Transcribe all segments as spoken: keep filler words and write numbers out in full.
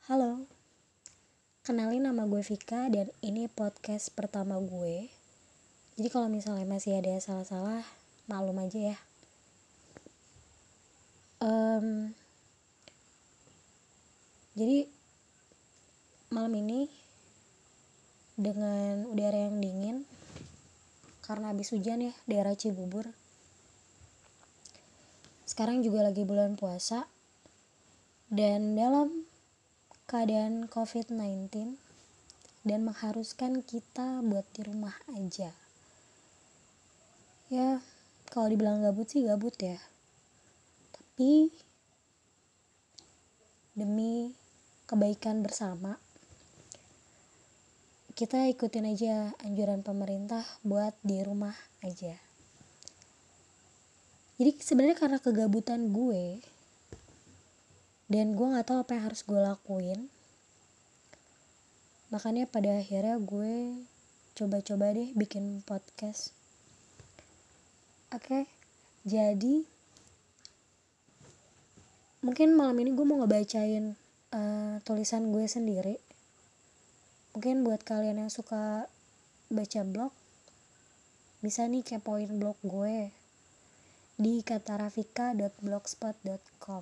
Halo, kenalin nama gue Vika dan ini podcast pertama gue. Jadi kalau misalnya masih ada salah-salah, maklum aja ya. Um, jadi malam ini dengan udara yang dingin, karena habis hujan ya daerah Cibubur. Sekarang juga lagi bulan puasa dan dalam keadaan covid sembilan belas dan mengharuskan kita buat di rumah aja. Ya, kalau dibilang gabut sih gabut ya. Tapi demi kebaikan bersama, kita ikutin aja anjuran pemerintah buat di rumah aja. Jadi sebenarnya karena kegabutan gue dan gue nggak tahu apa yang harus gue lakuin, makanya pada akhirnya gue coba-coba deh bikin podcast. Oke, jadi mungkin malam ini gue mau ngebacain uh, tulisan gue sendiri. Mungkin buat kalian yang suka baca blog, bisa nih kepoin blog gue di katarafika dot blogspot dot com.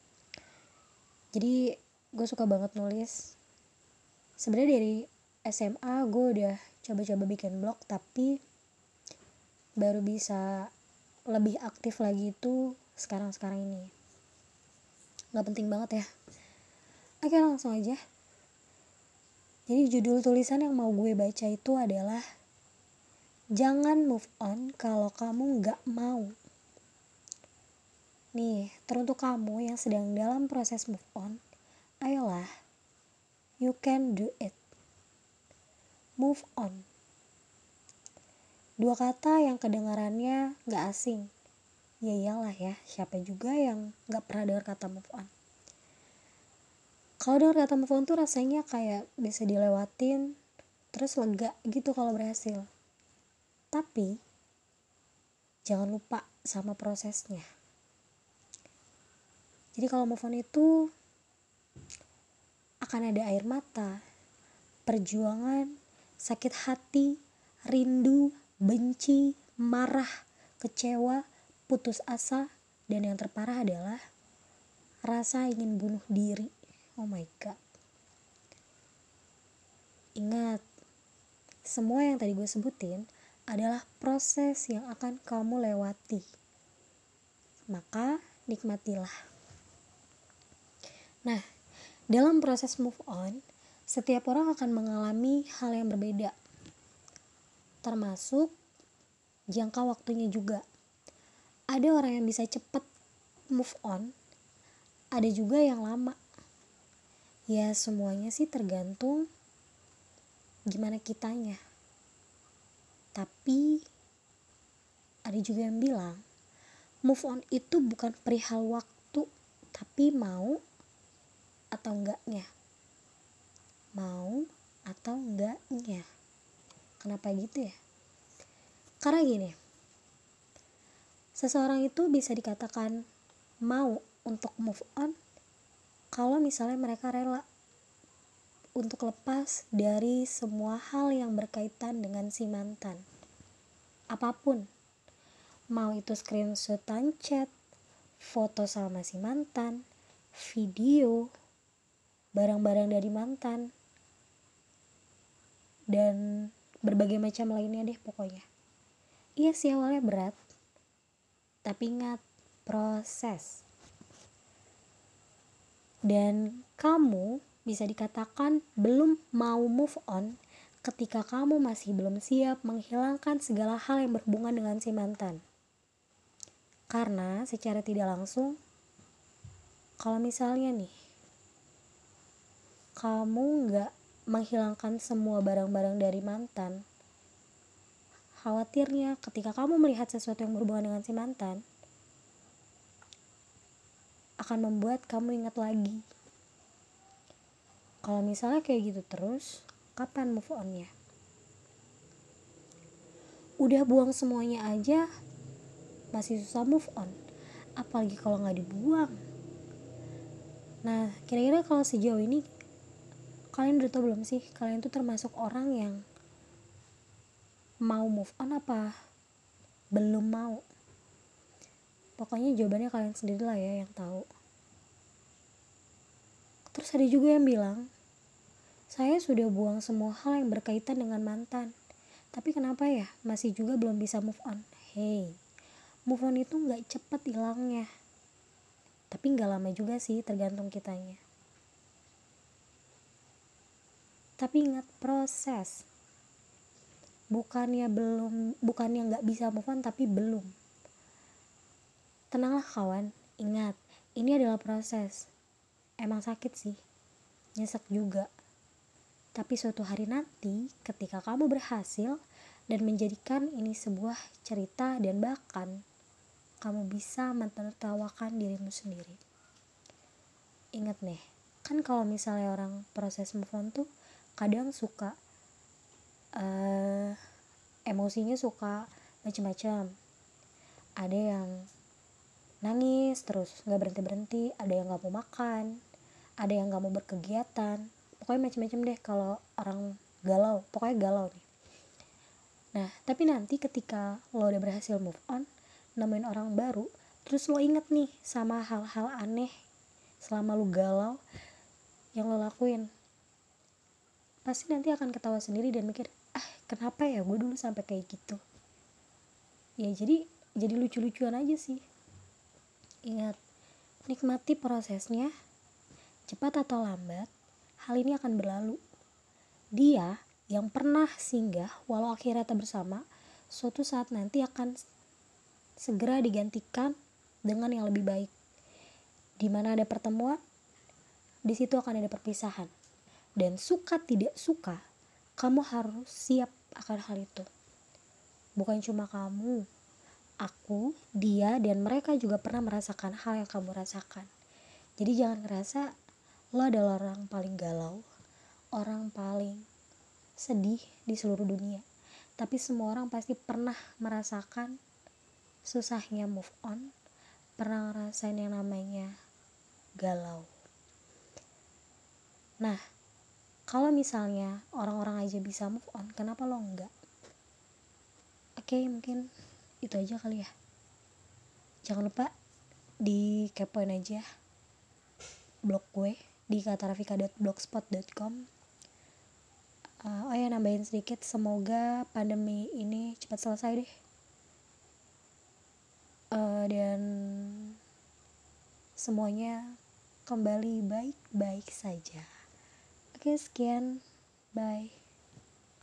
Jadi gue suka banget nulis. Sebenarnya dari S M A gue udah coba-coba bikin blog, tapi baru bisa lebih aktif lagi itu sekarang-sekarang ini. Gak penting banget ya. Oke, langsung aja. Jadi judul tulisan yang mau gue baca itu adalah jangan move on kalau kamu gak mau. Nih, teruntuk kamu yang sedang dalam proses move on, ayolah, you can do it. Move on. Dua kata yang kedengarannya gak asing. Ya iyalah ya, siapa juga yang gak pernah dengar kata move on. Kalau dengar kata move on tuh rasanya kayak bisa dilewatin, terus lega gitu kalau berhasil. Tapi, jangan lupa sama prosesnya. Jadi kalau move on itu akan ada air mata, perjuangan, sakit hati, rindu, benci, marah, kecewa, putus asa, dan yang terparah adalah rasa ingin bunuh diri. Oh my god. Ingat, semua yang tadi gue sebutin adalah proses yang akan kamu lewati. Maka nikmatilah. Nah, dalam proses move on, setiap orang akan mengalami hal yang berbeda. Termasuk jangka waktunya juga. Ada orang yang bisa cepat move on, ada juga yang lama. Ya semuanya sih tergantung gimana kitanya. Tapi ada juga yang bilang move on itu bukan perihal waktu, tapi mau atau enggaknya. Mau atau enggaknya. Kenapa gitu ya? Karena gini, seseorang itu bisa dikatakan mau untuk move on kalau misalnya mereka rela untuk lepas dari semua hal yang berkaitan dengan si mantan. Apapun, mau itu screenshotan chat, foto sama si mantan, video, barang-barang dari mantan, dan berbagai macam lainnya deh pokoknya. Iya sih awalnya berat, tapi ingat, proses. Dan kamu bisa dikatakan belum mau move on ketika kamu masih belum siap menghilangkan segala hal yang berhubungan dengan si mantan. Karena secara tidak langsung, kalau misalnya nih kamu gak menghilangkan semua barang-barang dari mantan, khawatirnya ketika kamu melihat sesuatu yang berhubungan dengan si mantan akan membuat kamu ingat lagi. Kalau misalnya kayak gitu terus, kapan move on-nya? Udah buang semuanya aja masih susah move on, apalagi kalau gak dibuang. Nah, kira-kira kalau sejauh ini kalian udah tau belum sih, kalian tuh termasuk orang yang mau move on apa belum mau? Pokoknya jawabannya kalian sendiri lah ya yang tahu. Terus ada juga yang bilang, saya sudah buang semua hal yang berkaitan dengan mantan, tapi kenapa ya masih juga belum bisa move on? Hey, move on itu gak cepet hilangnya, tapi gak lama juga sih, tergantung kitanya. Tapi ingat, proses. Bukannya belum, bukannya gak bisa move on, tapi belum. Tenanglah kawan, ingat, ini adalah proses. Emang sakit sih, nyesek juga. Tapi suatu hari nanti, ketika kamu berhasil dan menjadikan ini sebuah cerita, dan bahkan kamu bisa menertawakan dirimu sendiri. Ingat nih, kan kalau misalnya orang proses move on tuh kadang suka uh, emosinya suka macam-macam. Ada yang nangis terus nggak berhenti berhenti, ada yang nggak mau makan, ada yang nggak mau berkegiatan, pokoknya macam-macam deh kalau orang galau, pokoknya galau nih. Nah tapi nanti ketika lo udah berhasil move on, nemuin orang baru, terus lo inget nih sama hal-hal aneh selama lo galau yang lo lakuin, pasti nanti akan ketawa sendiri dan mikir, ah kenapa ya gue dulu sampai kayak gitu. Ya jadi jadi lucu-lucuan aja sih. Ingat, nikmati prosesnya. Cepat atau lambat, hal ini akan berlalu. Dia yang pernah singgah walau akhirnya tak bersama, suatu saat nanti akan segera digantikan dengan yang lebih baik. Di mana ada pertemuan, di situ akan ada perpisahan. Dan suka tidak suka, kamu harus siap akan hal itu. Bukan cuma kamu, aku, dia, dan mereka juga pernah merasakan hal yang kamu rasakan. Jadi jangan ngerasa lo adalah orang paling galau, orang paling sedih di seluruh dunia. Tapi semua orang pasti pernah merasakan susahnya move on, pernah ngerasain yang namanya galau. Nah, kalau misalnya orang-orang aja bisa move on, kenapa lo enggak? Oke, mungkin itu aja kali ya. Jangan lupa dikepoin aja blog gue di katarafika dot blogspot dot com. Uh, oh ya, nambahin sedikit, semoga pandemi ini cepat selesai deh. Uh, dan semuanya kembali baik-baik saja. Oke, sekian. Bye.